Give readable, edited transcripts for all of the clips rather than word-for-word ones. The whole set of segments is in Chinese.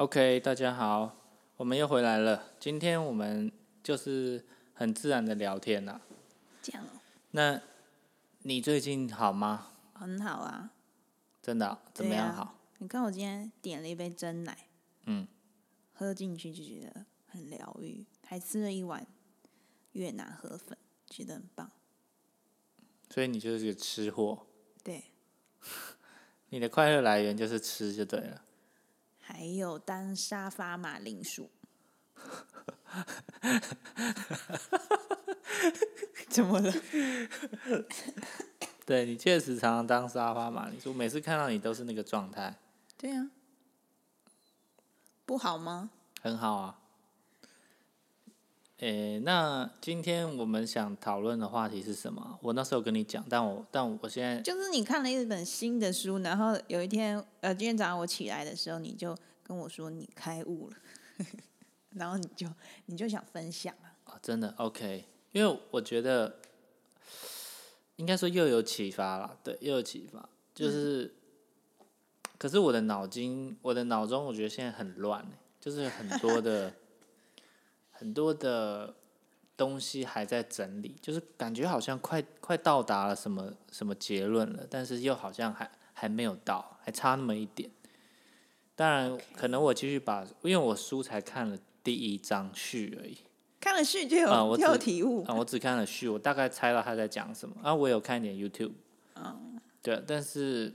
OK，大家好，我们又回来了。今天我们就是很自然的聊天啦。 这样那你最近好吗？ 很好啊。 真的怎么样好？ 你看我今天点了一杯真奶， 嗯， 喝进去就觉得很疗愈，还吃了一碗越南河粉，觉得很棒。 所以你就是个吃货， 对， 你的快乐来源就是吃就对了。 还有当沙发马铃薯。怎么了？ 对，你确实常常当沙发马铃薯，每次看到你都是那个状态。 对啊，不好吗？ 很好啊。那今天我们想讨论的话题是什么？我那时候跟你讲，但我现在就是你看了一本新的书，然后有一天，今天早上我起来的时候，你就跟我说你开悟了，然后你就想分享啊。 真的 OK， 因为我觉得应该说又有启发啦，对，又有启发，就是，可是我的脑中，我觉得现在很乱，就是很多的东西还在整理，就是感觉好像快到达了什么结论了，但是又好像还没有到，还差那么一点。当然，可能我继续因为我书才看了第一章序而已。 看了序就有体悟。 我只看了序，我大概猜到他在讲什么。我有看一点 YouTube。对，但是，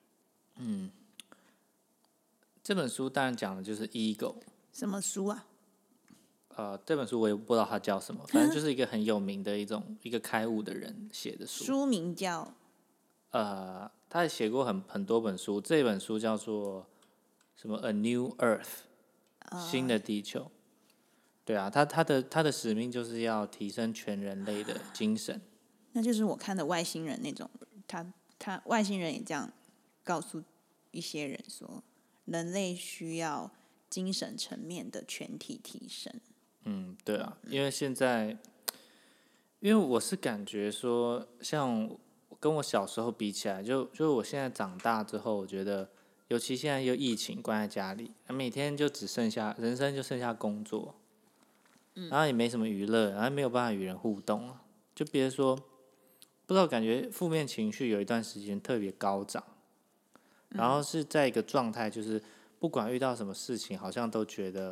这本书当然讲的就是 ego。 什么书啊？ 这本书我也不知道它叫什么，反正就是一个很有名的一个开悟的人写的书。 书名叫？ 他也写过很多本书，这本书叫做什么 A New Earth， 新的地球。对啊，他的使命就是要提升全人类的精神。 那就是我看的外星人那种，他外星人也这样告诉一些人说，人类需要精神层面的全体提升。 对啊，因为现在，因为我是感觉说，像跟我小时候比起来，就我现在长大之后，我觉得，尤其现在又疫情关在家里，每天就只剩下人生就剩下工作，然后也没什么娱乐，然后没有办法与人互动啊，就别说，不知道感觉负面情绪有一段时间特别高涨，然后是在一个状态，就是不管遇到什么事情，好像都觉得，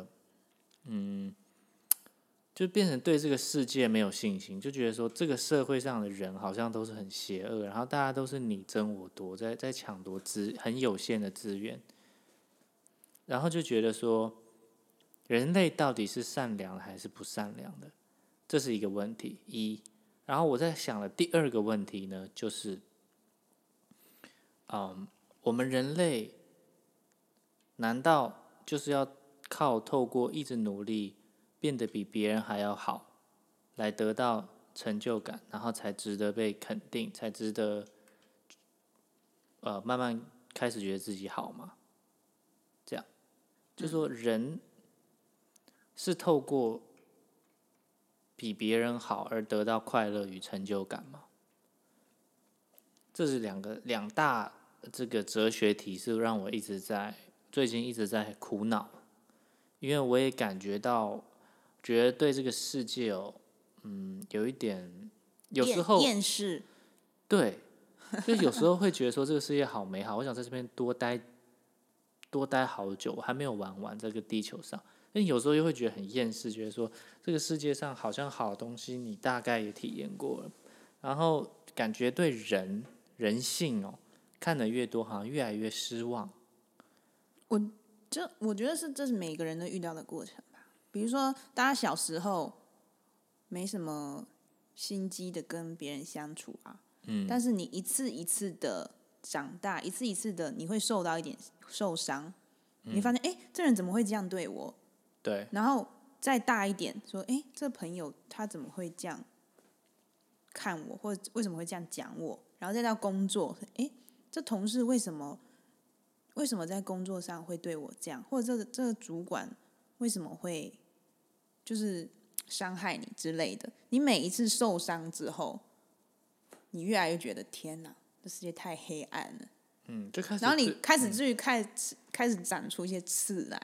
就变成对这个世界没有信心，就觉得说这个社会上的人好像都是很邪恶，然后大家都是你争我夺，在抢夺很有限的资源，然后就觉得说人类到底是善良的还是不善良的，这是一个问题。然后我在想的第二个问题呢，就是，我们人类难道就是要透过一直努力变得比别人还要好，来得到成就感，然后才值得被肯定，才值得慢慢开始觉得自己好吗？这样，就说人是透过比别人好而得到快乐与成就感吗？这是两大这个哲学题，是让我最近一直在苦恼，因为我也感觉到，觉得对这个世界有一点，有时候厌世。 对，就有时候会觉得说这个世界好美好，我想在这边多待好久，我还没有玩完这个地球上。但有时候又会觉得很厌世，觉得说这个世界上好像好东西你大概也体验过了，然后感觉对人性看得越多，好像越来越失望。 我觉得这是每个人都遇到的过程吧。比如说，大家小时候没什么心机的跟别人相处啊，但是你一次一次的长大，一次一次的你会受到一点受伤，你发现这人怎么会这样对我？ 对， 然后再大一点说，这朋友他怎么会这样看我，或者为什么会这样讲我？然后再到工作，这同事为什么在工作上会对我这样，或者这个主管为什么会就是伤害你之类的？你每一次受伤之后，你越来越觉得天哪，这世界太黑暗了。 就开始， 然后你开始至于开始长出一些刺来。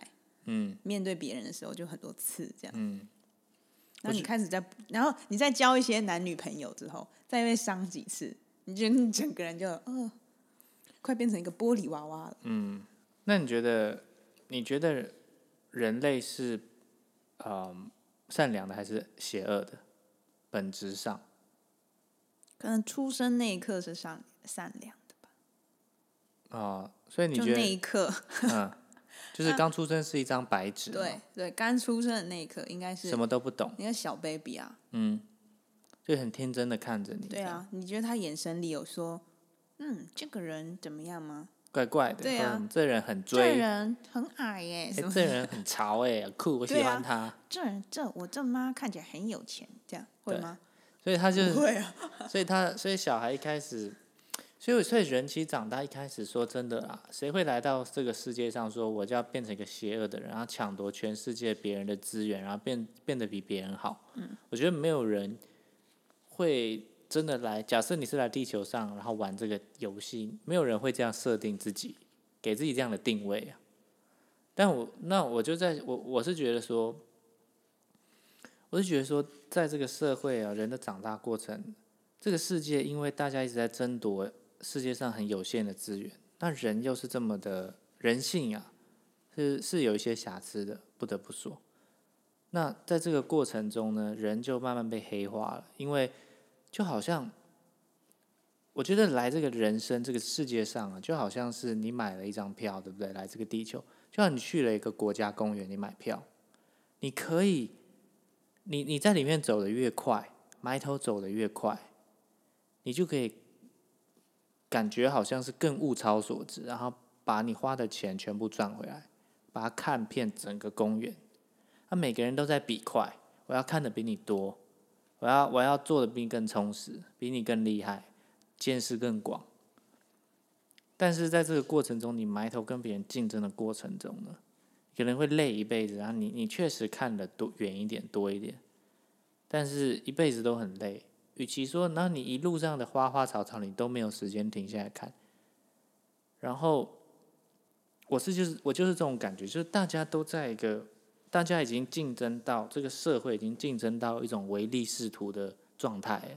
面对别人的时候就很多次这样。 嗯， 然后你开始然后你再交一些男女朋友之后，再被伤几次，你觉得你整个人就快变成一个玻璃娃娃了。 那你觉得人类是善良的还是邪恶的？本质上可能出生那一刻是善良的吧， 所以你就觉得那一刻， 就是刚出生是一张白纸， 对，刚出生的那一刻应该是什么都不懂， 那个小 baby 啊， 就很天真的看着你。 对啊，你觉得他眼神里有说，这个人怎么样吗？ 怪怪的， 对啊， 这人很这追， 人很矮耶，什么这人很潮酷，我喜欢他。 我这妈看起来很有钱，这样会吗？ 所以他就不会啊， 所以小孩一开始，所以人其实长大一开始说真的啦，谁会来到这个世界上说我就要变成一个邪恶的人，然后抢夺全世界别人的资源，然后变得比别人好？我觉得没有人会真的来。假设你是来地球上，然后玩这个游戏，没有人会这样设定自己，给自己这样的定位啊。但我是觉得说。我是觉得说，在这个社会啊，人的长大过程，这个世界因为大家一直在争夺世界上很有限的资源，那人又是这么的人性啊，是有一些瑕疵的，不得不说。那在这个过程中呢，人就慢慢被黑化了，因为就好像，我觉得来这个人生这个世界上啊，就好像是你买了一张票，对不对？来这个地球，就像你去了一个国家公园，你买票，你可以。你在里面走得越快，埋头走得越快，你就可以感觉好像是更物超所值，然后把你花的钱全部赚回来，把它看遍整个公园。每个人都在比快，我要看的比你多，我要做的比你更充实，比你更厉害，见识更广。但是在这个过程中，你埋头跟别人竞争的过程中呢？可能会累一辈子，然后你确实看得远一点多一点，但是一辈子都很累。与其说，然后你一路上的花花草草你都没有时间停下来看，然后我就是这种感觉，就是大家都在大家已经竞争到这个社会已经竞争到一种唯利是图的状态。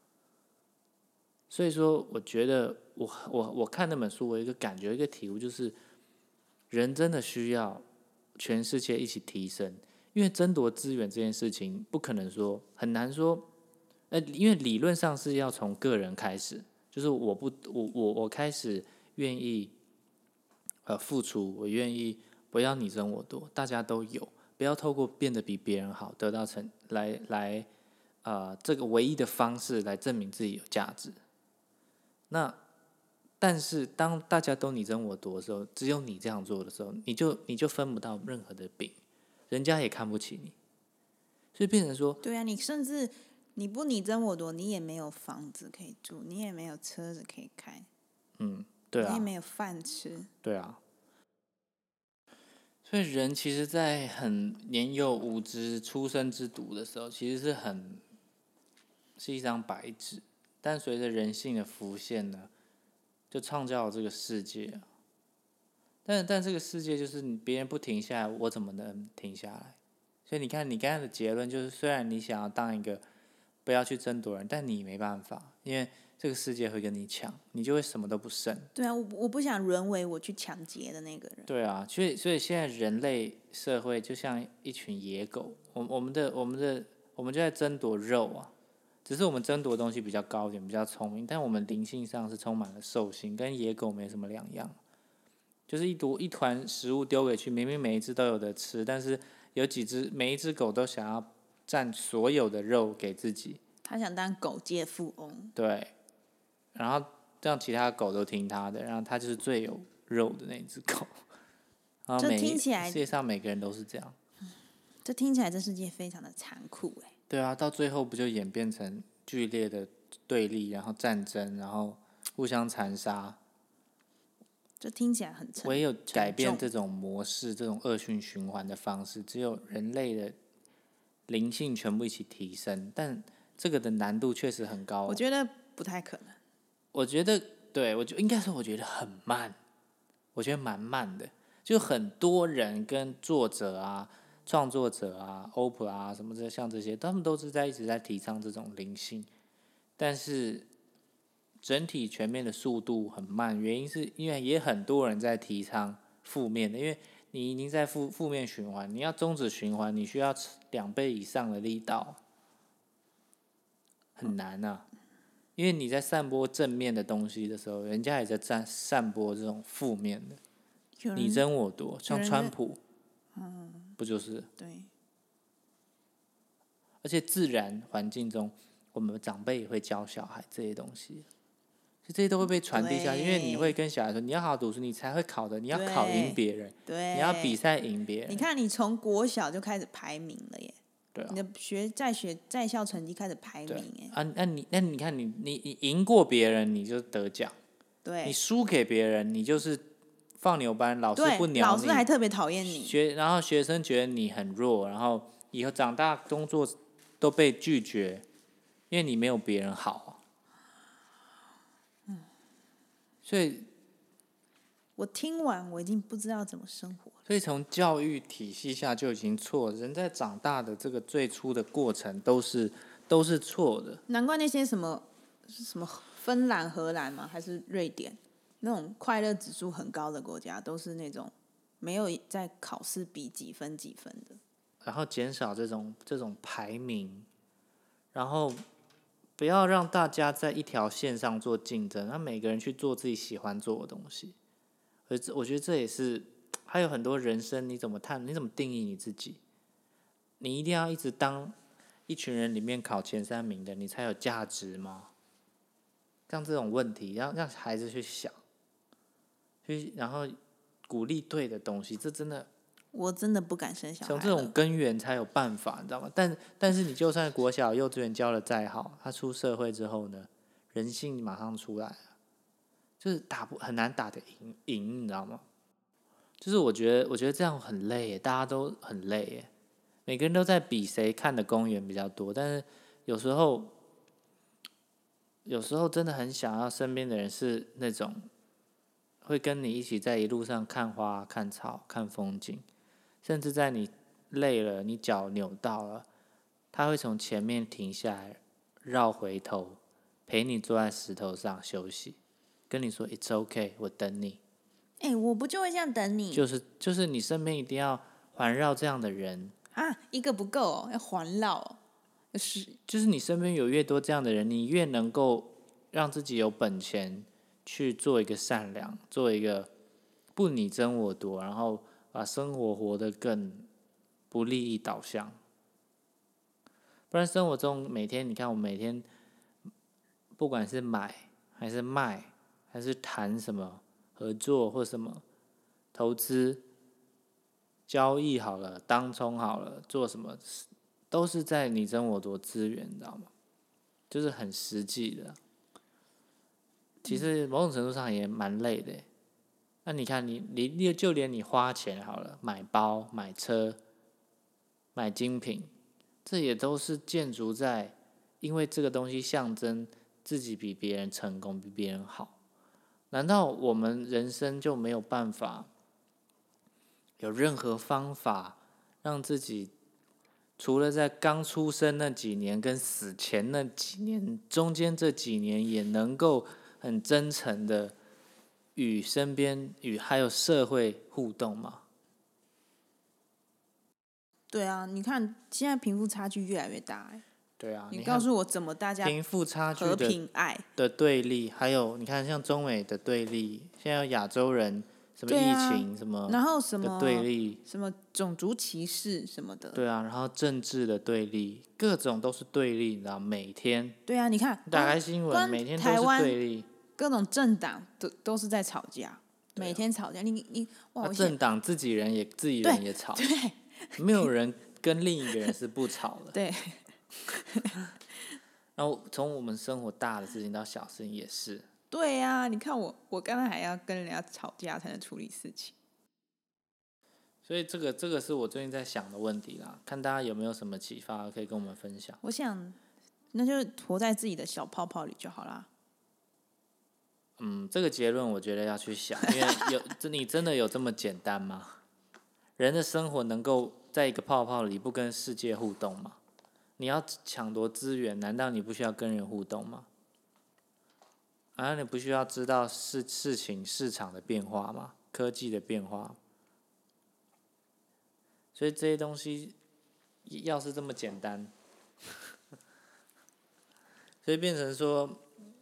所以说，我觉得我看那本书，我有一个感觉，一个体悟，就是人真的需要。全世界一起提升，因为争夺资源这件事情不可能说很难说，因为理论上是要从个人开始，就是我开始愿意付出，我愿意不要你争我夺，大家都有，不要透过变得比别人好得到这个唯一的方式来证明自己有价值。但是当大家都你争我夺的时候，只有你这样做的时候，你就分不到任何的饼，人家也看不起你，所以变成说， 对啊，你甚至你不你争我夺，你也没有房子可以住，你也没有车子可以开， 对啊， 你也没有饭吃， 对啊，所以人其实，在很年幼无知、出生之犊的时候，其实是一张白纸，但随着人性的浮现呢。就创造了这个世界啊，但这个世界就是别人不停下来，我怎么能停下来？所以你看，你刚才的结论就是，虽然你想要当一个不要去争夺人，但你没办法，因为这个世界会跟你抢，你就会什么都不剩。 对啊，我不想沦为我去抢劫的那个人。 对啊，所以现在人类社会就像一群野狗，我们就在争夺肉啊。只是我们争夺的东西比较高一点，比较聪明，但我们灵性上是充满了兽性，跟野狗没什么两样。就是一团食物丢给去，明明每一只都有的吃，但是每一只狗都想要占所有的肉给自己。 他想当狗界富翁。 对，然后让其他狗都听他的，然后他就是最有肉的那一只狗。然后这听起来世界上每个人都是这样。 这听起来这世界非常的残酷哎。 对啊，到最后不就演变成剧烈的对立，然后战争，然后互相残杀。 这听起来很沉重。 唯有改变这种模式，这种恶性循环的方式，只有人类的灵性全部一起提升，但这个的难度确实很高。 我觉得不太可能。 我觉得对，应该说我觉得很慢，我觉得蛮慢的。 就很多人跟作者啊、创作者啊、Oprah 啊什么的，像这些，他们都是一直在提倡这种灵性，但是整体全面的速度很慢，原因是因为也很多人在提倡负面的，因为你已经在负面循环，你要终止循环，你需要2倍以上的力道，很难啊。因为你在散播正面的东西的时候，人家也在散播这种负面的，你争我夺，像川普，不就是？ 对。 而且自然环境中，我们长辈也会教小孩这些东西，这些都会被传递下去。因为你会跟小孩说，你要好好读书，你才会考的，你要考赢别人， 对， 你要比赛赢别人。 你看，你从国小就开始排名了耶。 对啊， 你的在校成绩开始排名哎。 啊，那你看你赢过别人，你就得奖。 对。 你输给别人，你就是放牛班，老师不鸟你， 老师还特别讨厌你。 然后学生觉得你很弱，然后以后长大工作都被拒绝，因为你没有别人好。所以我听完我已经不知道怎么生活了。 所以从教育体系下就已经错了，人在长大的这个最初的过程都是错的。 难怪那些什么芬兰、荷兰吗？还是瑞典那种快乐指数很高的国家，都是那种没有在考试比几分几分的。 然后减少这种排名，然后不要让大家在一条线上做竞争，让每个人去做自己喜欢做的东西。我觉得这也是还有很多人生，你怎么定义你自己？你一定要一直当一群人里面考前3名的，你才有价值吗？像这种问题，让孩子去想，然后鼓励对的东西，这真的。 我真的不敢生小孩了。 从这种根源才有办法，你知道吗？但是你就算国小、幼稚园教的再好，他出社会之后呢，人性马上出来了，就是很难打得赢，你知道吗？就是我觉得这样很累耶，大家都很累耶，每个人都在比谁看的公园比较多，但是有时候真的很想要身边的人是那种会跟你一起在一路上看花、看草、看风景。甚至在你累了，你脚扭到了，他会从前面停下来，绕回头，陪你坐在石头上休息，跟你说 "It's okay， 我等你。 我不就会这样等你？ 就是你身边一定要环绕这样的人啊，一个不够哦，要环绕哦。 就是你身边有越多这样的人，你越能够让自己有本钱去做一个善良，做一个不你争我夺，然后把生活活得更不利益导向。不然生活中每天，你看我每天不管是买还是卖，还是谈什么合作或什么投资交易好了，当冲好了，做什么都是在你争我夺资源，你知道吗？就是很实际的。其实某种程度上也蛮累的。那你看你就连你花钱好了，买包、买车、买精品，这也都是建筑在因为这个东西象征自己比别人成功，比别人好。难道我们人生就没有办法有任何方法让自己除了在刚出生那几年跟死前那几年中间这几年也能够很真诚的与身边还有社会互动吗？ 对啊，你看现在贫富差距越来越大对啊， 你告诉我怎么大家贫富差距和平爱的对立，还有你看像中美的对立，现在有亚洲人什么疫情什么， 然后什么对立， 什么种族歧视什么的， 对啊，然后政治的对立，各种都是对立，你知道每天。 对啊，你看打开新闻，每天都是对立， 各种政党都是在吵架，每天吵架。哇， 政党自己人也吵， 对， 没有人跟另一个人是不吵的。 对。 然后从我们生活大的事情到小事情也是。 对啊，你看我刚才还要跟人家吵架才能处理事情。 所以这个是我最近在想的问题啦，看大家有没有什么启发可以跟我们分享。 我想，那就活在自己的小泡泡里就好啦。 这个结论我觉得要去想，因为你真的有这么简单吗？人的生活能够在一个泡泡里不跟世界互动吗？你要抢夺资源，难道你不需要跟人互动吗？难道你不需要知道事情市场的变化吗？科技的变化？所以这些东西要是这么简单，所以变成说，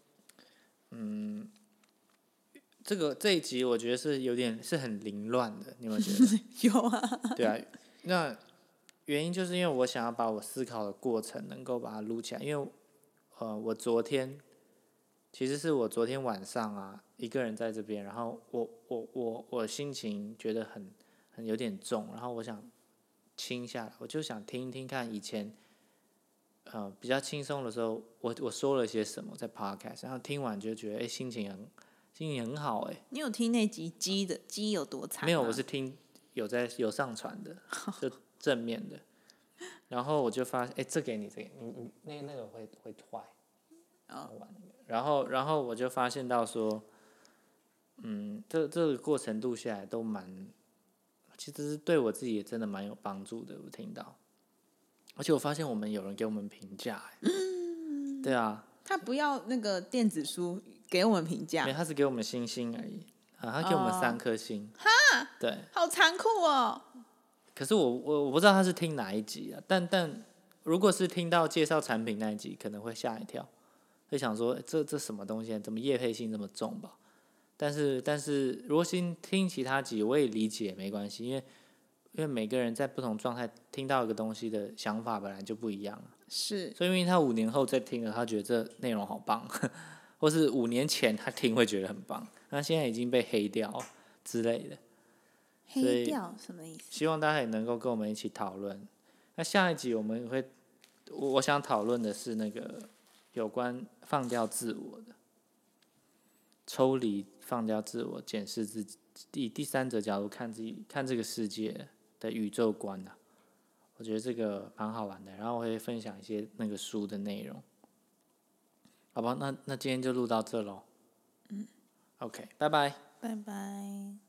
这一集我觉得是有点是很凌乱的，你有没有觉得？ 有啊， 对啊，那原因就是因为我想要把我思考的过程能够把它录起来，因为我其实是我昨天晚上啊一个人在这边，然后我心情觉得很有点重，然后我想轻下来，我就想听听看以前比较轻松的时候，我说了些什么在 podcast，然后听完就觉得心情很好你有听那集鸡有多惨吗？ 没有，我是听有上传的，就正面的，然后我就发现这给你你那个会坏，然后我就发现到说，这个过程录下来都其实是对我自己也真的蛮有帮助的，我听到，而且我发现有人给我们评价，对啊， 他不要那个电子书给我们评价， 没有，他只给我们星星而已，他给我们3颗星，对， 好残酷哦。 可是我不知道他是听哪一集啊，但如果是听到介绍产品那一集，可能会吓一跳，会想说这什么东西，怎么业配性这么重吧？但是如果听其他集，我也理解没关系，因为每个人在不同状态听到一个东西的想法本来就不一样， 是， 所以因为他5年后再听了，他觉得这内容好棒，或是5年前他听会觉得很棒，那现在已经被黑掉之类的。 黑掉什么意思？ 希望大家也能够跟我们一起讨论。那下一集我想讨论的是那个有关放掉自我的，抽离放掉自我，检视自己，以第三者角度看自己，看这个世界的宇宙观啊，我觉得这个蛮好玩的。然后我会分享一些那个书的内容，好吧？那今天就录到这喽。OK，拜拜。 拜拜。